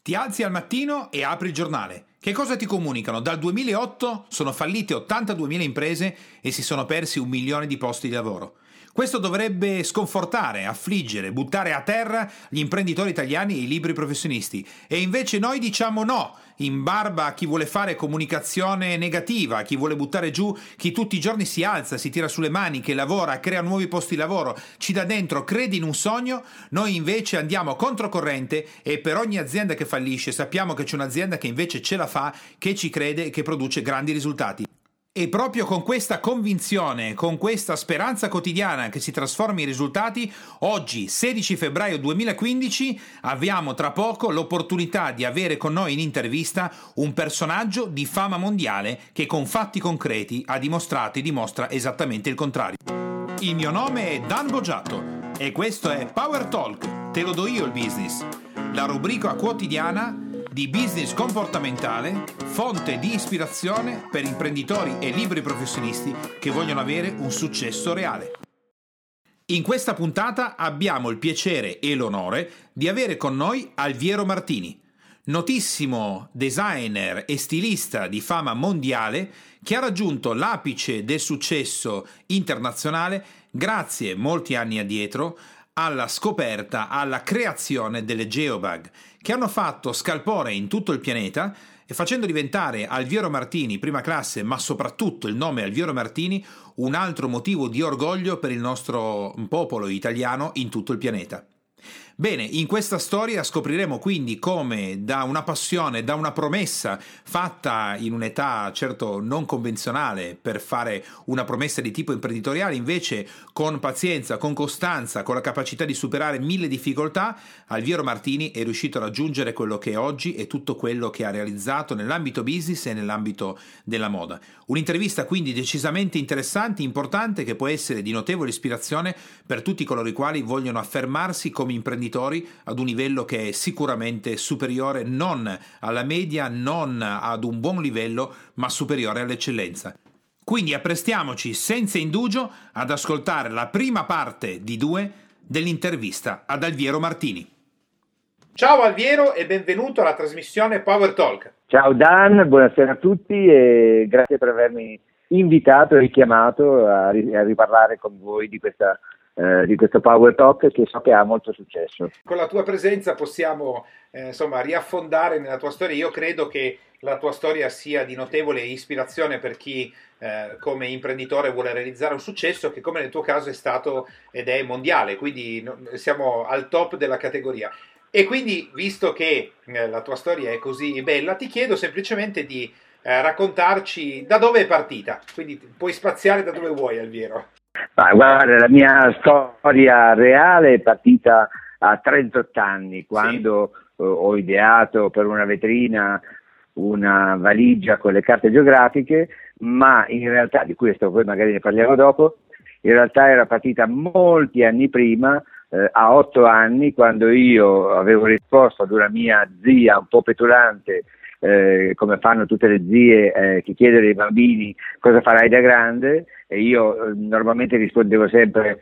Ti alzi al mattino e apri il giornale. Che cosa ti comunicano? Dal 2008 sono fallite 82.000 imprese e si sono persi 1 milione di posti di lavoro. Questo dovrebbe sconfortare, affliggere, buttare a terra gli imprenditori italiani e i liberi professionisti. E invece noi diciamo no, in barba a chi vuole fare comunicazione negativa, a chi vuole buttare giù chi tutti i giorni si alza, si tira sulle maniche, lavora, crea nuovi posti di lavoro, ci dà dentro, crede in un sogno. Noi invece andiamo controcorrente e per ogni azienda che fallisce sappiamo che c'è un'azienda che invece ce la fa, che ci crede e che produce grandi risultati. E proprio con questa convinzione, con questa speranza quotidiana che si trasformi in risultati, oggi, 16 febbraio 2015, abbiamo tra poco l'opportunità di avere con noi in intervista un personaggio di fama mondiale che con fatti concreti ha dimostrato e dimostra esattamente il contrario. Il mio nome è Dan Boggiato e questo è Power Talk, te lo do io il business, la rubrica quotidiana di business comportamentale, fonte di ispirazione per imprenditori e liberi professionisti che vogliono avere un successo reale. In questa puntata abbiamo il piacere e l'onore di avere con noi Alviero Martini, notissimo designer e stilista di fama mondiale che ha raggiunto l'apice del successo internazionale grazie, molti anni addietro, alla scoperta, alla creazione delle geobag, che hanno fatto scalpore in tutto il pianeta e facendo diventare Alviero Martini prima classe, ma soprattutto il nome Alviero Martini un altro motivo di orgoglio per il nostro popolo italiano in tutto il pianeta. Bene, in questa storia scopriremo quindi come da una passione, da una promessa fatta in un'età certo non convenzionale per fare una promessa di tipo imprenditoriale, invece con pazienza, con costanza, con la capacità di superare 1000 difficoltà, Alviero Martini è riuscito a raggiungere quello che è oggi e tutto quello che ha realizzato nell'ambito business e nell'ambito della moda. Un'intervista quindi decisamente interessante, importante, che può essere di notevole ispirazione per tutti coloro i quali vogliono affermarsi come imprenditori ad un livello che è sicuramente superiore non alla media, non ad un buon livello, ma superiore all'eccellenza. Quindi apprestiamoci senza indugio ad ascoltare la prima parte di 2 dell'intervista ad Alviero Martini. Ciao Alviero e benvenuto alla trasmissione Power Talk. Ciao Dan, buonasera a tutti e grazie per avermi invitato e richiamato a riparlare con voi di questo Power Talk che so che ha molto successo. Con la tua presenza possiamo riaffondare nella tua storia. Io credo che la tua storia sia di notevole ispirazione per chi come imprenditore vuole realizzare un successo che come nel tuo caso è stato ed è mondiale, quindi siamo al top della categoria. E quindi, visto che la tua storia è così bella, ti chiedo semplicemente di raccontarci da dove è partita. Quindi puoi spaziare da dove vuoi, Alviero. Guarda, la mia storia reale è partita a 38 anni, quando ho ideato per una vetrina una valigia con le carte geografiche, ma in realtà, di questo poi magari ne parliamo dopo, in realtà era partita molti anni prima, a 8 anni, quando io avevo risposto ad una mia zia un po' petulante, come fanno tutte le zie, che chiedono ai bambini cosa farai da grande, e io normalmente rispondevo sempre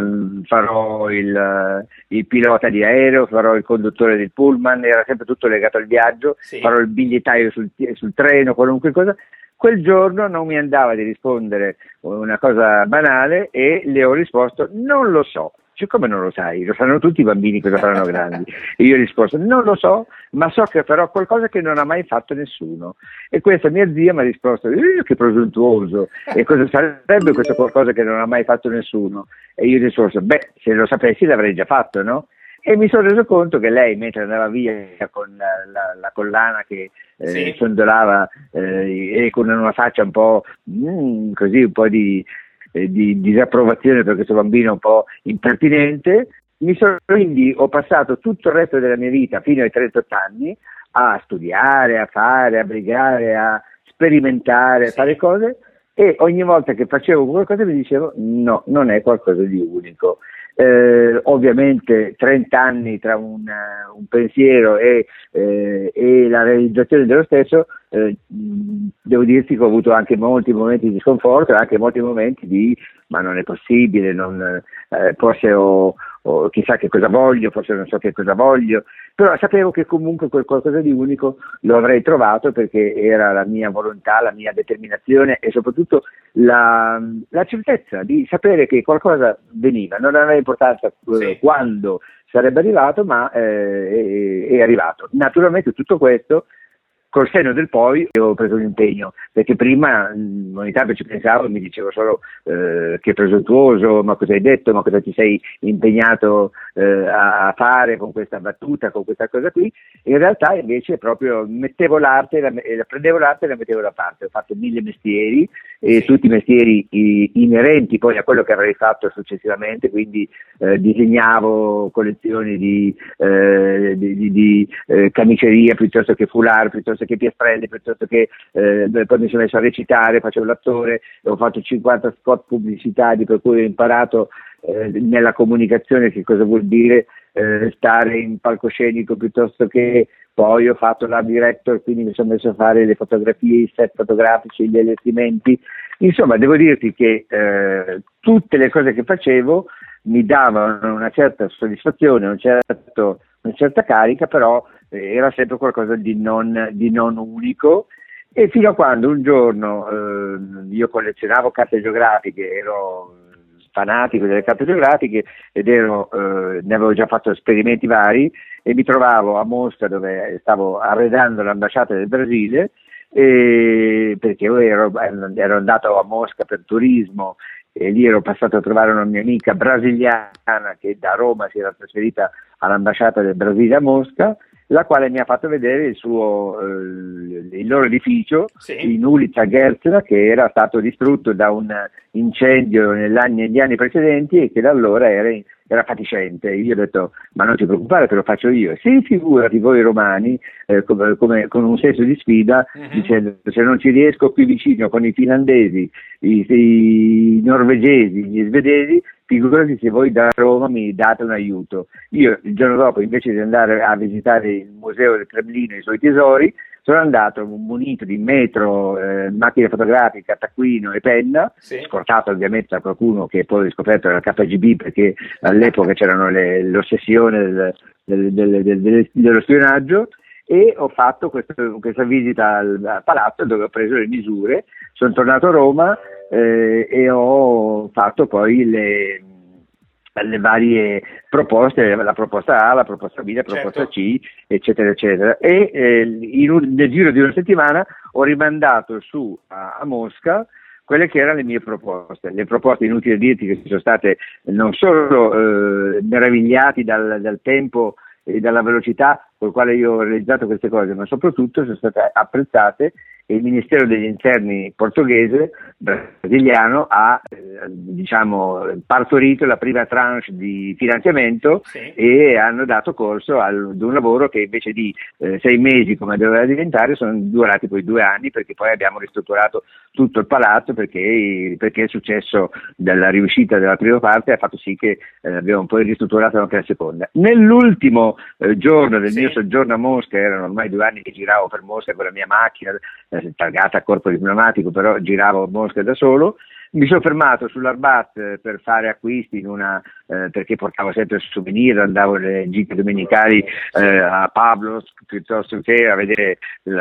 farò il pilota di aereo, farò il conduttore del pullman, era sempre tutto legato al viaggio, farò il bigliettaio sul treno, qualunque cosa. Quel giorno non mi andava di rispondere una cosa banale e le ho risposto non lo so. Come non lo sai? Lo sanno tutti i bambini cosa faranno grandi. E io ho risposto non lo so, ma so che farò qualcosa che non ha mai fatto nessuno. E questa mia zia mi ha risposto che presuntuoso, e cosa sarebbe questo qualcosa che non ha mai fatto nessuno? E io ho risposto se lo sapessi l'avrei già fatto, no? E mi sono reso conto che lei, mentre andava via con la collana che ciondolava e con una faccia un po' così, un po' di disapprovazione per questo bambino un po' impertinente, quindi ho passato tutto il resto della mia vita fino ai 38 anni a studiare, a fare, a brigare, a sperimentare, a fare cose, e ogni volta che facevo qualcosa mi dicevo no, non è qualcosa di unico. Ovviamente 30 anni tra un pensiero e la realizzazione dello stesso devo dirti che ho avuto anche molti momenti di sconforto e anche molti momenti di ma non è possibile, forse chissà che cosa voglio, forse non so che cosa voglio, però sapevo che comunque quel qualcosa di unico lo avrei trovato perché era la mia volontà, la mia determinazione e soprattutto la certezza di sapere che qualcosa veniva, non aveva importanza quando sarebbe arrivato, ma è arrivato. Naturalmente tutto questo col senno del poi avevo preso un impegno, perché prima ogni tanto ci pensavo e mi dicevo solo che presuntuoso, ma cosa hai detto, ma cosa ti sei impegnato a fare con questa battuta, con questa cosa qui. In realtà invece proprio mettevo l'arte, prendevo l'arte e la mettevo da parte. Ho fatto 1000 mestieri, e tutti mestieri inerenti poi a quello che avrei fatto successivamente, quindi disegnavo collezioni di camiceria piuttosto che foulard, piuttosto che piastrelle, piuttosto che poi mi sono messo a recitare, facevo l'attore, ho fatto 50 spot pubblicitari, per cui ho imparato nella comunicazione che cosa vuol dire stare in palcoscenico, piuttosto che poi ho fatto l'art director, quindi mi sono messo a fare le fotografie, i set fotografici, gli allestimenti. Insomma, devo dirti che tutte le cose che facevo mi davano una certa soddisfazione, una certa carica, però era sempre qualcosa di non unico. E fino a quando un giorno io collezionavo carte geografiche, ero fanatico delle carte geografiche ed ne avevo già fatto esperimenti vari e mi trovavo a Mosca, dove stavo arredando l'ambasciata del Brasile, perché io ero andato a Mosca per turismo e lì ero passato a trovare una mia amica brasiliana che da Roma si era trasferita all'ambasciata del Brasile a Mosca, la quale mi ha fatto vedere il loro edificio in Ulica Gherzena, che era stato distrutto da un incendio negli anni precedenti e che da allora era fatiscente. Io ho detto: ma non ti preoccupare, te lo faccio io. Sì, figurati, voi romani, con un senso di sfida, dicendo: se non ci riesco qui vicino con i finlandesi, i norvegesi, gli svedesi, figurati se voi da Roma mi date un aiuto. Io il giorno dopo, invece di andare a visitare il museo del Cremlino e i suoi tesori, sono andato munito di metro, macchina fotografica, taccuino e penna, scortato ovviamente da qualcuno che poi ho scoperto era KGB, perché all'epoca c'erano l'ossessione dello spionaggio, e ho fatto questa visita al palazzo dove ho preso le misure, sono tornato a Roma e ho fatto poi le varie proposte, la proposta A, la proposta B, la proposta C, eccetera, eccetera. E nel giro di una settimana ho rimandato su a Mosca quelle che erano le mie proposte. Le proposte, inutile dirti che sono state non solo meravigliati dal tempo e dalla velocità con la quale io ho realizzato queste cose, ma soprattutto sono state apprezzate, e il Ministero degli Interni portoghese, brasiliano, ha partorito la prima tranche di finanziamento e hanno dato corso ad un lavoro che invece di 6 mesi come doveva diventare sono durati poi 2 anni, perché poi abbiamo ristrutturato tutto il palazzo, perché il successo della riuscita della prima parte ha fatto sì che abbiamo poi ristrutturato anche la seconda. Nell'ultimo giorno del mio soggiorno a Mosca, erano ormai 2 anni che giravo per Mosca con la mia macchina targata a corpo diplomatico, però giravo a Mosca da solo. Mi sono fermato sull'Arbat per fare acquisti perché portavo sempre souvenir, andavo nelle gite domenicali a Pavlovsk, piuttosto che a vedere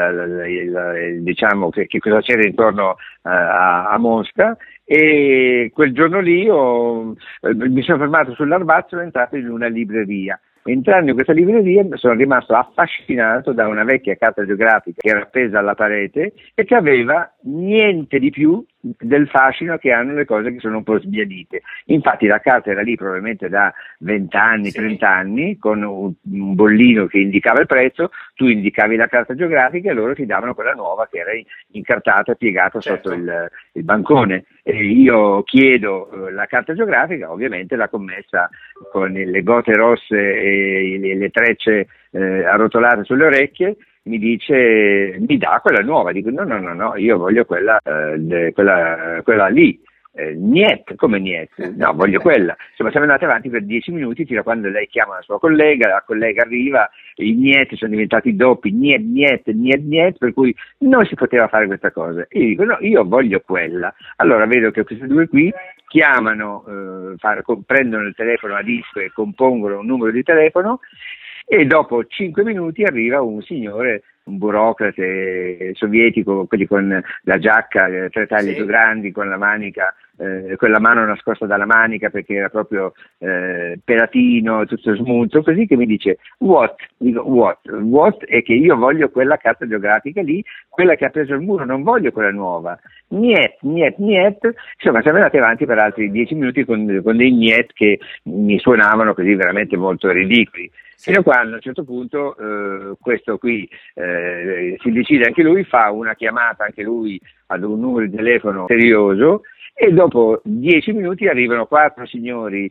che cosa c'era intorno a Mosca, e quel giorno lì mi sono fermato sull'Arbat, sono entrato in una libreria. Entrando in questa libreria sono rimasto affascinato da una vecchia carta geografica che era appesa alla parete e che aveva niente di più del fascino che hanno le cose che sono un po' sbiadite. Infatti la carta era lì probabilmente da 20 anni, 30 anni, con un bollino che indicava il prezzo, tu indicavi la carta geografica e loro ti davano quella nuova che era incartata e piegata sotto il bancone. E io chiedo la carta geografica, ovviamente la commessa con le gote rosse e le trecce arrotolate sulle orecchie mi dice: mi dà quella nuova. Dico: no, io voglio quella lì. Niet, come niet? No, voglio quella. Insomma, siamo andati avanti per 10 minuti fino a quando lei chiama la sua collega, la collega arriva, i niet sono diventati doppi, niet, niet, niet, niet, per cui non si poteva fare questa cosa. Io dico no, io voglio quella. Allora vedo che questi due qui chiamano, prendono il telefono a disco e compongono un numero di telefono, e dopo 5 minuti arriva un signore, un burocrate sovietico, quelli con la giacca 3 taglie più grandi, con la manica, con la mano nascosta dalla manica perché era proprio pelatino, tutto smunto, così, che mi dice what? Dico what è che io voglio quella carta geografica lì, quella che ha preso il muro, non voglio quella nuova. Niet, niet, niet. Insomma, siamo andati avanti per altri 10 minuti con dei niet che mi suonavano così veramente molto ridicoli. Fino a quando a un certo punto questo qui si decide anche lui, fa una chiamata anche lui ad un numero di telefono serioso, e dopo 10 minuti arrivano 4 signori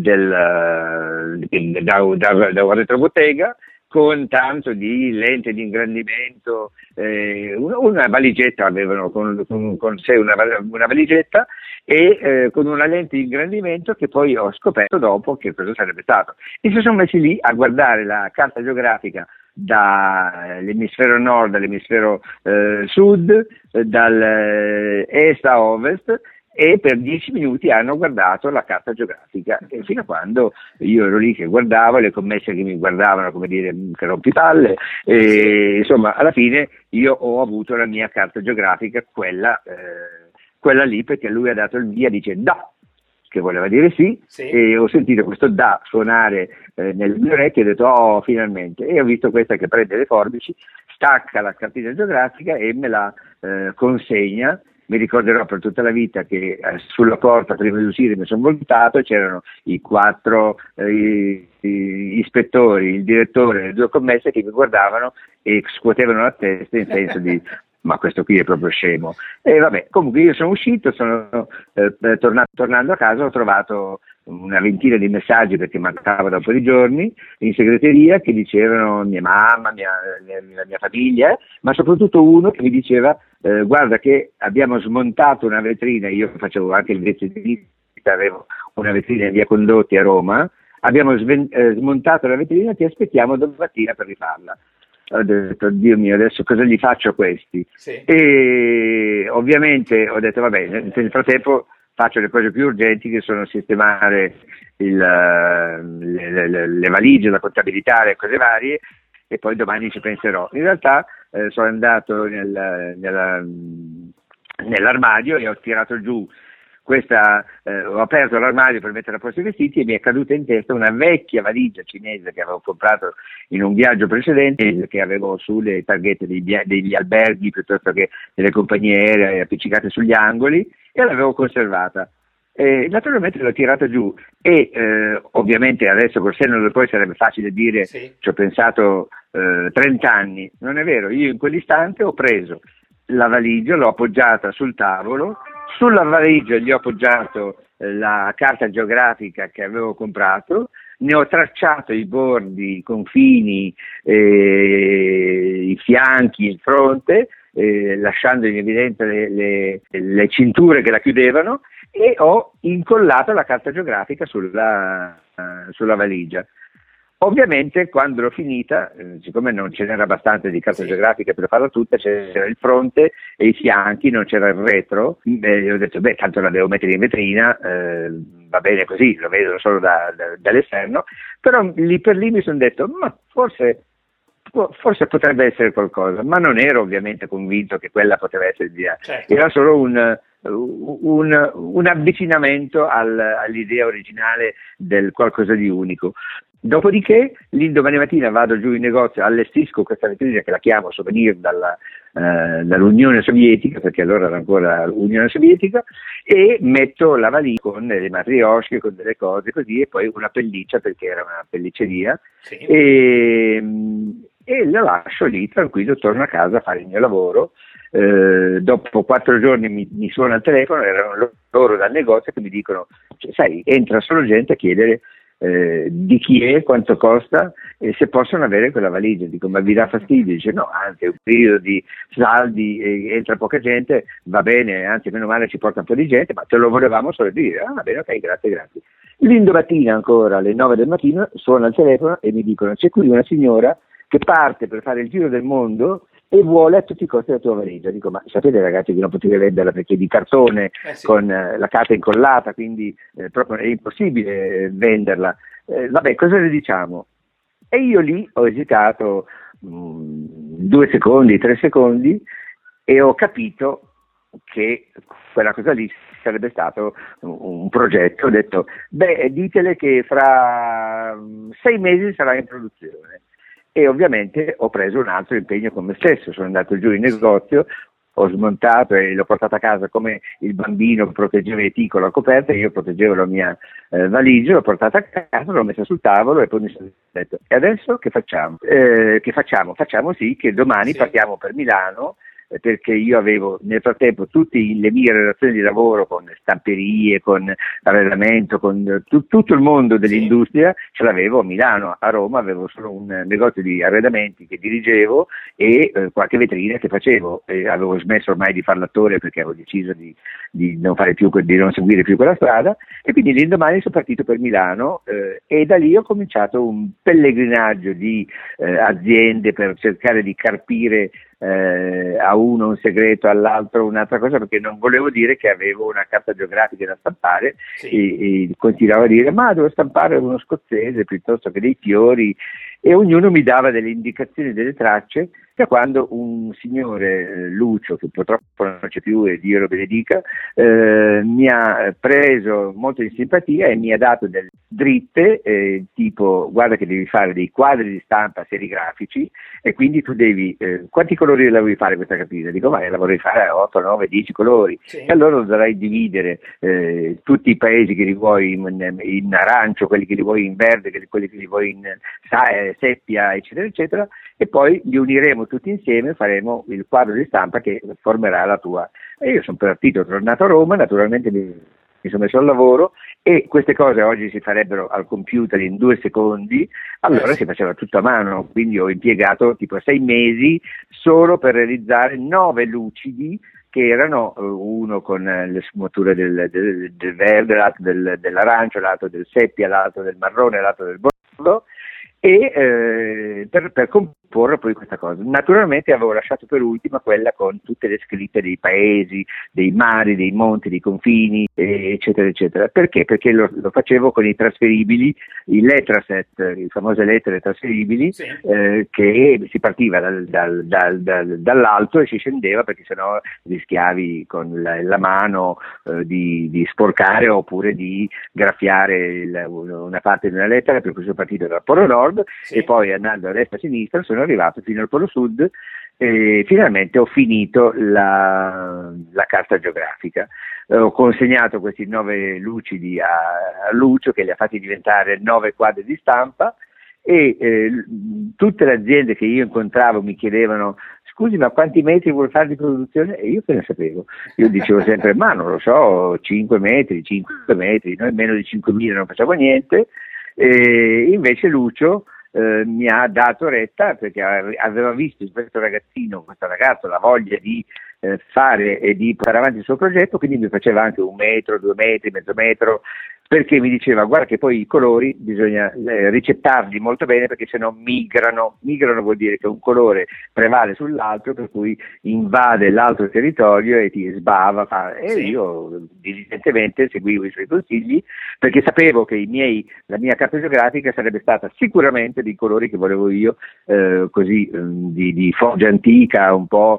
da un retrobottega con tanto di lente di ingrandimento, una valigetta, avevano con sé una valigetta, e con una lente di ingrandimento che poi ho scoperto dopo che cosa sarebbe stato. E si sono messi lì a guardare la carta geografica dall'emisfero nord all'emisfero sud, dall'est a ovest, e per 10 minuti hanno guardato la carta geografica, e fino a quando io ero lì che guardavo, le commesse che mi guardavano come dire che rompipalle, e insomma alla fine io ho avuto la mia carta geografica, quella lì, perché lui ha dato il via, dice da, che voleva dire sì, e ho sentito questo da suonare nelle mie orecchie, e ho detto oh, finalmente, e ho visto questa che prende le forbici, stacca la cartina geografica e me la consegna. Mi ricorderò per tutta la vita che sulla porta prima di uscire mi sono voltato e c'erano i 4 ispettori, il direttore e le 2 commesse che mi guardavano e scuotevano la testa in senso di ma questo qui è proprio scemo. E vabbè, comunque io sono uscito, sono tornando a casa, ho trovato una ventina di messaggi, perché mancava da un po' di giorni, in segreteria, che dicevano mia mamma, la mia famiglia, ma soprattutto uno che mi diceva guarda che abbiamo smontato una vetrina, io facevo anche il vetrinista, avevo una vetrina in via Condotti a Roma, abbiamo smontato la vetrina, ti aspettiamo domattina per rifarla. Ho detto, Dio mio, adesso cosa gli faccio a questi? E ovviamente ho detto, vabbè, nel frattempo faccio le cose più urgenti, che sono sistemare le valigie, la contabilità, le cose varie, e poi domani ci penserò. In realtà sono andato nell'armadio e ho tirato giù ho aperto l'armadio per mettere a posto i vestiti, e mi è caduta in testa una vecchia valigia cinese che avevo comprato in un viaggio precedente, che avevo sulle targhette degli alberghi piuttosto che delle compagnie aeree appiccicate sugli angoli, e l'avevo conservata. Naturalmente l'ho tirata giù, e ovviamente adesso col senno del poi sarebbe facile dire ci ho pensato 30 anni. Non è vero, io in quell'istante ho preso la valigia, l'ho appoggiata sul tavolo, sulla valigia gli ho appoggiato la carta geografica che avevo comprato, ne ho tracciato i bordi, i confini, i fianchi, il fronte, lasciando in evidenza le cinture che la chiudevano, e ho incollato la carta geografica sulla valigia. Ovviamente quando l'ho finita, siccome non ce n'era abbastanza di carta geografica per farla tutta, c'era il fronte e i fianchi, non c'era il retro, ho detto tanto la devo mettere in vetrina, va bene così, lo vedo solo dall'esterno, però lì per lì mi sono detto ma forse potrebbe essere qualcosa, ma non ero ovviamente convinto che quella poteva essere via, era solo un avvicinamento all'idea originale del qualcosa di unico. Dopodiché l'indomani mattina vado giù in negozio, allestisco questa vetrina che la chiamo souvenir dall'Unione Sovietica, perché allora era ancora l'Unione Sovietica, e metto la valigia con le matriosche, con delle cose così, e poi una pelliccia, perché era una pelliceria, e la lascio lì tranquillo, torno a casa a fare il mio lavoro. Dopo 4 giorni mi suona il telefono, erano loro dal negozio che mi dicono sai, entra solo gente a chiedere di chi è, quanto costa e se possono avere quella valigia. Dico, ma vi dà fastidio? Dice no, anzi è un periodo di saldi, entra poca gente, va bene, anzi meno male ci porta un po' di gente, ma te lo volevamo solo dire. Va bene, ok, grazie. L'indomattina ancora alle 9 del mattino suona il telefono e mi dicono c'è qui una signora che parte per fare il giro del mondo e vuole a tutti i costi la tua valigia. Dico, ma sapete ragazzi che non potete venderla perché è di cartone, sì. con la carta incollata, quindi proprio è impossibile venderla. Vabbè, cosa ne diciamo? E io lì ho esitato 2 secondi, 3 secondi e ho capito che quella cosa lì sarebbe stato un progetto. Ho detto, ditele che fra 6 mesi sarà in produzione. E ovviamente ho preso un altro impegno con me stesso, sono andato giù in negozio, ho smontato e l'ho portato a casa come il bambino che proteggeva i ticco la coperta, io proteggevo la mia valigia, l'ho portata a casa, l'ho messa sul tavolo e poi mi sono detto, e adesso che facciamo? Facciamo sì che domani partiamo per Milano, perché io avevo nel frattempo tutte le mie relazioni di lavoro con stamperie, con arredamento, con tutto il mondo dell'industria, ce l'avevo a Milano. A Roma avevo solo un negozio di arredamenti che dirigevo e qualche vetrina che facevo. Avevo smesso ormai di fare l'attore perché avevo deciso di non fare più, di non seguire più quella strada, e quindi l'indomani sono partito per Milano e da lì ho cominciato un pellegrinaggio di aziende per cercare di carpire a uno un segreto, all'altro un'altra cosa, perché non volevo dire che avevo una carta geografica da stampare. E continuavo a dire ma devo stampare uno scozzese piuttosto che dei fiori, e ognuno mi dava delle indicazioni, delle tracce, da quando un signore, Lucio, che purtroppo non c'è più e Dio lo benedica, mi ha preso molto in simpatia e mi ha dato delle dritte, tipo guarda che devi fare dei quadri di stampa serigrafici e quindi tu devi, quanti colori la vuoi fare questa cartina? Dico ma la vorrei fare a 8, 9, 10 colori, e allora dovrai dividere tutti i paesi che li vuoi in arancio, quelli che li vuoi in verde, quelli che li vuoi in seppia, eccetera eccetera, e poi li uniremo tutti insieme e faremo il quadro di stampa che formerà la tua. E io sono partito, tornato a Roma, naturalmente mi sono messo al lavoro, e queste cose oggi si farebbero al computer in 2 secondi, allora si faceva tutto a mano, quindi ho impiegato tipo 6 mesi solo per realizzare 9 lucidi, che erano uno con le sfumature del verde, l'altro dell'arancio, l'altro del seppia, l'altro del marrone, l'altro del bordo, e per comporre poi questa cosa. Naturalmente avevo lasciato per ultima quella con tutte le scritte dei paesi, dei mari, dei monti, dei confini, eccetera eccetera. Perché? Perché lo facevo con i trasferibili, i Letraset, le famose lettere trasferibili, che si partiva dall'alto e si scendeva, perché sennò rischiavi con la mano di sporcare oppure di graffiare una parte di una lettera, per cui sono partito dal Polo Nord e poi andando a destra e a sinistra sono arrivato fino al Polo Sud e finalmente ho finito la carta geografica. Ho consegnato questi 9 lucidi a Lucio, che li ha fatti diventare 9 quadri di stampa, e tutte le aziende che io incontravo mi chiedevano scusi ma quanti metri vuol fare di produzione? E io che ne sapevo? Io dicevo sempre ma non lo so, 5 metri, noi meno di 5.000 non facciamo niente. E invece Lucio mi ha dato retta, perché aveva visto in questo ragazzo la voglia di fare e di portare avanti il suo progetto, quindi mi faceva anche 1 metro, 2 metri, mezzo metro, perché mi diceva guarda che poi i colori bisogna ricettarli molto bene, perché sennò migrano vuol dire che un colore prevale sull'altro, per cui invade l'altro territorio e ti sbava, io diligentemente seguivo i suoi consigli, perché sapevo che la mia carta geografica sarebbe stata sicuramente dei colori che volevo io, così di foggia antica, un po'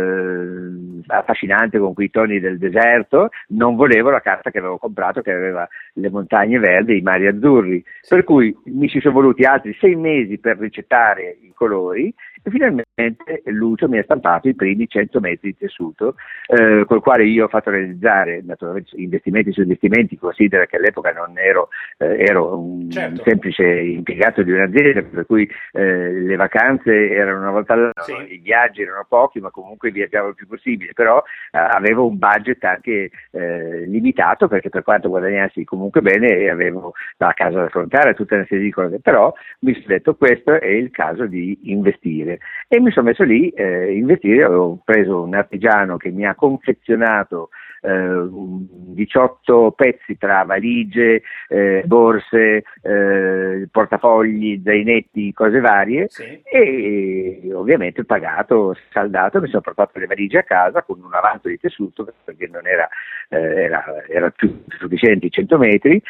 affascinante, con quei toni del deserto. Non volevo la carta che avevo comprato, che aveva le montagne verdi, i mari azzurri, per cui mi ci sono voluti altri 6 mesi per ricettare i colori, e finalmente Lucio mi ha stampato i primi 100 metri di tessuto, col quale io ho fatto realizzare naturalmente investimenti su investimenti. Considera che all'epoca non ero un semplice impiegato di un'azienda, per cui le vacanze erano una volta all'anno, i viaggi erano pochi, ma comunque viaggiavo il più possibile, però avevo un budget anche limitato, perché per quanto guadagnassi comunque comunque bene e avevo la casa da affrontare, tutta una serie di cose, però mi sono detto questo è il caso di investire e mi sono messo lì a investire. Ho preso un artigiano che mi ha confezionato 18 pezzi tra valigie, borse, portafogli, zainetti, cose varie, sì. E ovviamente pagato, saldato, mi sono portato le valigie a casa con un avanzo di tessuto perché non era più sufficienti 100 metri,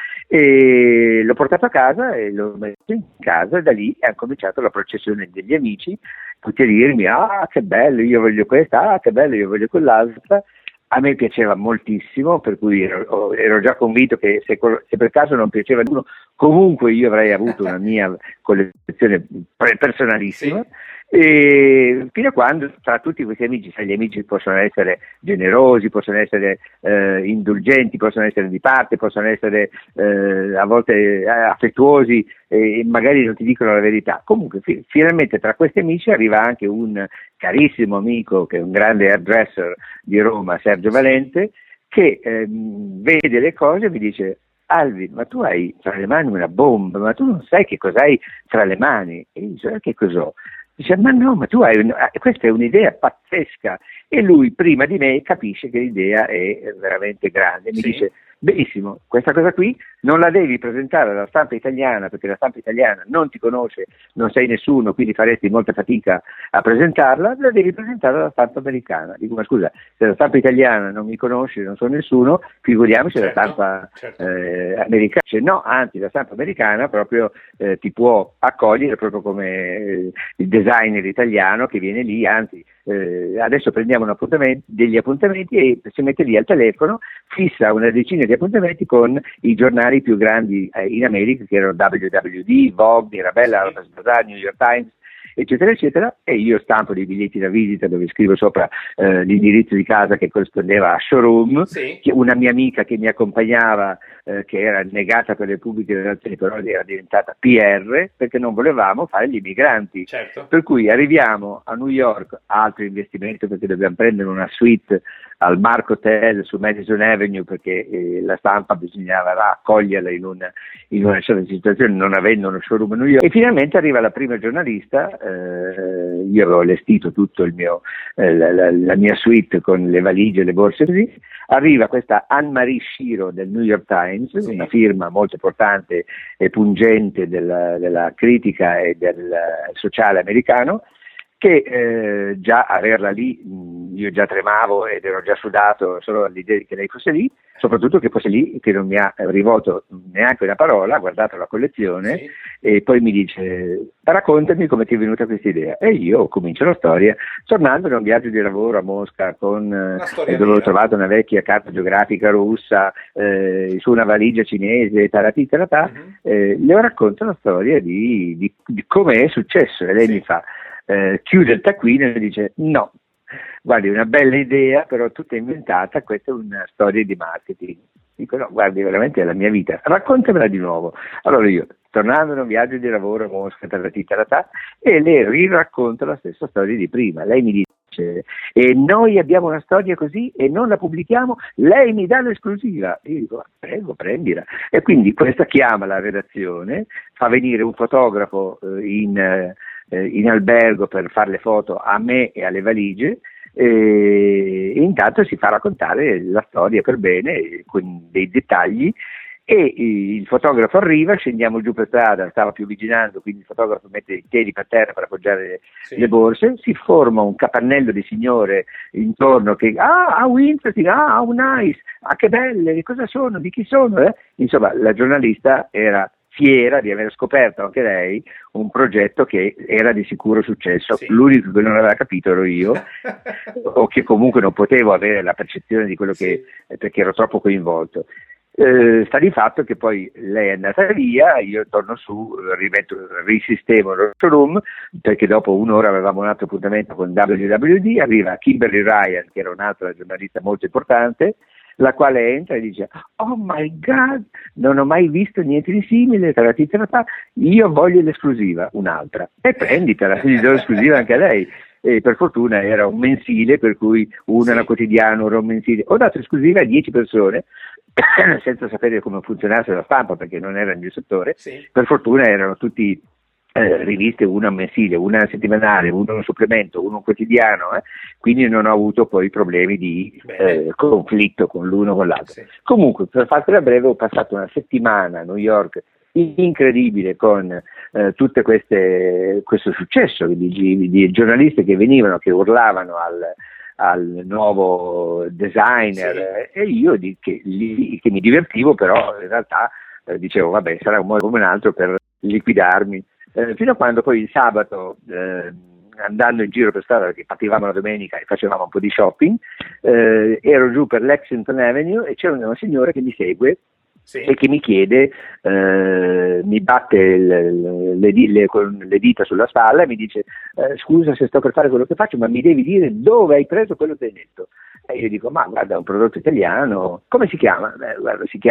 e l'ho portato a casa e l'ho messo in casa, e da lì ha cominciato la processione degli amici, tutti a dirmi che bello, io voglio questa, che bello, io voglio quell'altra. A me piaceva moltissimo, per cui ero già convinto che se per caso non piaceva a uno, comunque io avrei avuto una mia collezione personalissima. Sì. E fino a quando tra tutti questi amici, sai, gli amici possono essere generosi, possono essere indulgenti, possono essere di parte, possono essere a volte affettuosi e magari non ti dicono la verità. Comunque finalmente tra questi amici arriva anche un carissimo amico che è un grande hairdresser di Roma, Sergio Valente, che vede le cose e mi dice: Alvin, ma tu hai tra le mani una bomba, ma tu non sai che cos'hai tra le mani. E io dico: che cos'ho? Dice: ma no, ma tu hai questa è un'idea pazzesca. E lui prima di me capisce che l'idea è veramente grande. Mi dice: benissimo, questa cosa qui non la devi presentare alla stampa italiana perché la stampa italiana non ti conosce, non sei nessuno, quindi faresti molta fatica a presentarla, la devi presentare alla stampa americana. Dico: ma scusa, se la stampa italiana non mi conosce, non sono nessuno, figuriamoci la stampa americana. Dice: no, anzi, la stampa americana proprio ti può accogliere proprio come il designer italiano che viene lì, anzi adesso prendiamo degli appuntamenti e si mette lì al telefono, fissa una decina di appuntamenti con i giornali più grandi in America, che erano WWD, Vogue, Mirabella, Harper's Bazaar, New York Times, eccetera eccetera, e io stampo dei biglietti da visita dove scrivo sopra l'indirizzo di casa che corrispondeva a showroom. Sì. Una mia amica che mi accompagnava, che era negata per le pubbliche relazioni, però era diventata PR perché non volevamo fare gli immigranti. Certo. Per cui arriviamo a New York, altro investimento perché dobbiamo prendere una suite al Mark Hotel su Madison Avenue perché la stampa bisognava accoglierla in una certa situazione, non avendo uno showroom a New York. E finalmente arriva la prima giornalista. Io avevo allestito tutto il mio la mia suite con le valigie, le borse, così. Arriva questa Anne-Marie Shiro del New York Times, sì. Una firma molto importante e pungente della critica e del sociale americano, che già averla lì, io già tremavo ed ero già sudato solo all'idea che lei fosse lì, soprattutto che fosse lì, che non mi ha rivolto neanche una parola, ha guardato la collezione, sì. E poi mi dice: raccontami come ti è venuta questa idea. E io comincio la storia, tornando da un viaggio di lavoro a Mosca dove ho trovato una vecchia carta geografica russa su una valigia cinese, taratì taratà, le racconto la storia di come è successo, e lei sì. Mi fa chiude il taccuino e dice: no, guardi, una bella idea, però tutta inventata, questa è una storia di marketing. Dico: no, guardi, veramente è la mia vita, raccontamela di nuovo. Allora io, tornando da un viaggio di lavoro a Mosca, e le riracconto la stessa storia di prima. Lei mi dice: e noi abbiamo una storia così e non la pubblichiamo, lei mi dà l'esclusiva. Io dico: prego, prendila. E quindi questa chiama la redazione, fa venire un fotografo in albergo per fare le foto a me e alle valigie, e intanto si fa raccontare la storia per bene con dei dettagli, e il fotografo arriva, scendiamo giù per strada, stava più vigilando, quindi il fotografo mette i piedi per terra per appoggiare le borse, si forma un capannello di signore intorno che Windsor, nice, che belle, cosa sono, di chi sono? Insomma, la giornalista era fiera di aver scoperto anche lei un progetto che era di sicuro successo. Sì. L'unico che non aveva capito ero io o che comunque non potevo avere la percezione di quello che perché ero troppo coinvolto. Sta di fatto che poi lei è andata via, io torno su, risistemo lo showroom perché dopo un'ora avevamo un altro appuntamento con WWD, arriva Kimberly Ryan, che era un'altra giornalista molto importante, la quale entra e dice: oh my god, non ho mai visto niente di simile, io voglio l'esclusiva, un'altra, e prenditela, gli do l'esclusiva anche a lei. e per fortuna era un mensile, per cui uno era quotidiano, uno era un mensile. Ho dato esclusiva a 10 persone senza sapere come funzionasse la stampa perché non era il mio settore. Per fortuna erano tutti riviste, una mensile, una settimanale, uno un supplemento, uno un quotidiano, quindi non ho avuto poi problemi di conflitto con l'uno o con l'altro. Comunque, per fartela breve, ho passato una settimana a New York incredibile con tutte questo successo di giornalisti che venivano, che urlavano al nuovo designer, e io che mi divertivo, però in realtà dicevo vabbè, sarà un modo come un altro per liquidarmi, fino a quando poi il sabato, andando in giro per strada perché partivamo la domenica e facevamo un po' di shopping, ero giù per Lexington Avenue e c'era una signora che mi segue e che mi chiede, mi batte con le dita sulla spalla e mi dice scusa se sto per fare quello che faccio, ma mi devi dire dove hai preso quello che hai detto. E io dico, ma guarda, è un prodotto italiano, come si chiama? Guarda, si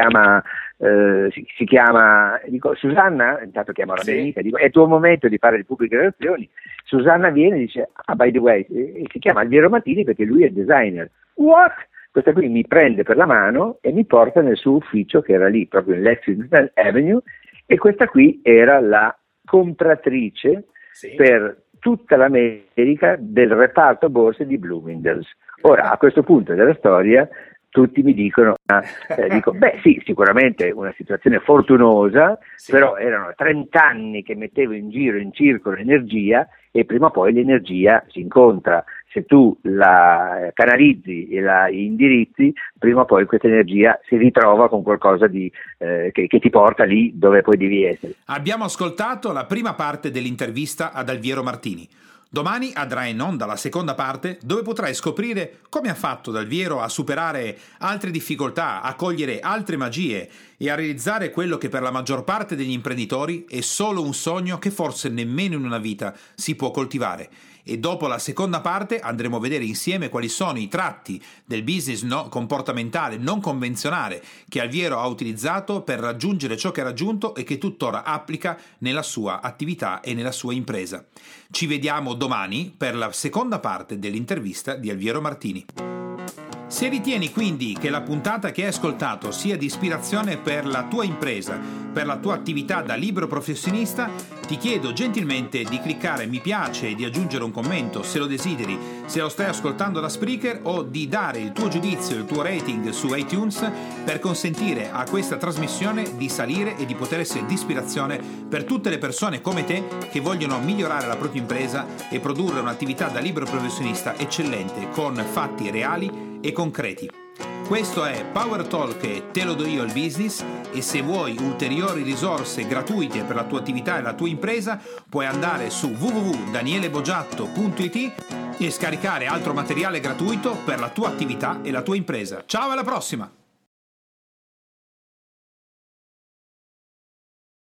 chiama, dico, Susanna, intanto chiamo la mia amica, dico, è il tuo momento di fare le pubbliche relazioni. Susanna viene e dice, by the way, si chiama Alviero Martini perché lui è designer. What? Questa qui mi prende per la mano e mi porta nel suo ufficio, che era lì proprio in Lexington Avenue, e questa qui era la compratrice per tutta l'America del reparto borse di Bloomingdale's. Ora, a questo punto della storia, tutti mi dicono, dico, beh sì, sicuramente una situazione fortunosa, però erano 30 anni che mettevo in giro, in circolo energia, e prima o poi l'energia si incontra. Se tu la canalizzi e la indirizzi, prima o poi questa energia si ritrova con qualcosa che ti porta lì dove poi devi essere. Abbiamo ascoltato la prima parte dell'intervista ad Alviero Martini. Domani andrà in onda la seconda parte, dove potrai scoprire come ha fatto Alviero a superare altre difficoltà, a cogliere altre magie e a realizzare quello che per la maggior parte degli imprenditori è solo un sogno che forse nemmeno in una vita si può coltivare. E dopo la seconda parte andremo a vedere insieme quali sono i tratti del business comportamentale non convenzionale che Alviero ha utilizzato per raggiungere ciò che ha raggiunto e che tuttora applica nella sua attività e nella sua impresa. Ci vediamo domani per la seconda parte dell'intervista di Alviero Martini. Se ritieni quindi che la puntata che hai ascoltato sia di ispirazione per la tua impresa, per la tua attività da libero professionista, ti chiedo gentilmente di cliccare mi piace e di aggiungere un commento se lo desideri, se lo stai ascoltando da Spreaker, o di dare il tuo giudizio, il tuo rating su iTunes per consentire a questa trasmissione di salire e di poter essere di ispirazione per tutte le persone come te che vogliono migliorare la propria impresa e produrre un'attività da libero professionista eccellente con fatti reali e concreti. Questo è Power Talk e Te lo do io il business, e se vuoi ulteriori risorse gratuite per la tua attività e la tua impresa puoi andare su www.danielebogiatto.it e scaricare altro materiale gratuito per la tua attività e la tua impresa. Ciao, alla prossima!